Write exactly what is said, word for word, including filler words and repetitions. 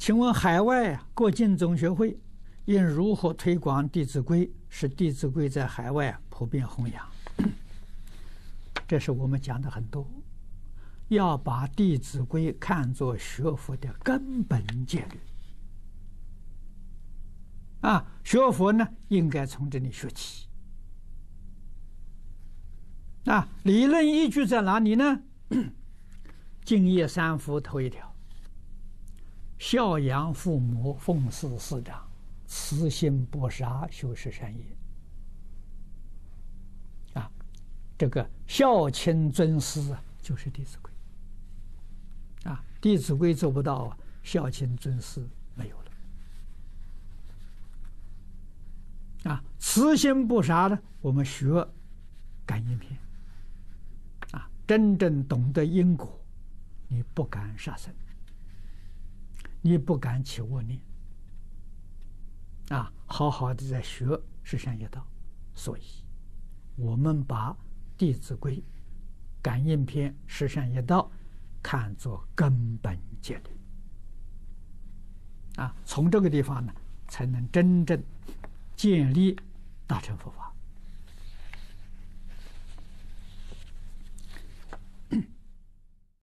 请问海外啊，各境总学会应如何推广《弟子规》，使《弟子规》在海外啊普遍弘扬？这是我们讲的很多，要把《弟子规》看作学佛的根本戒律啊！学佛呢，应该从这里学起啊！理论依据在哪里呢？敬业三福头一条。孝养父母，奉事师长，慈心不杀，修持善业。啊，这个孝亲尊师啊，就是《弟子规》啊，《弟子规》做不到啊，孝亲尊师没有了。啊，慈心不杀呢，我们学感应篇。啊，真正懂得因果，你不敢杀生。你不敢起恶念啊，好好的在学十善业道，所以我们把《弟子规》感应篇十善业道看作根本戒律啊，从这个地方呢，才能真正建立大乘佛法。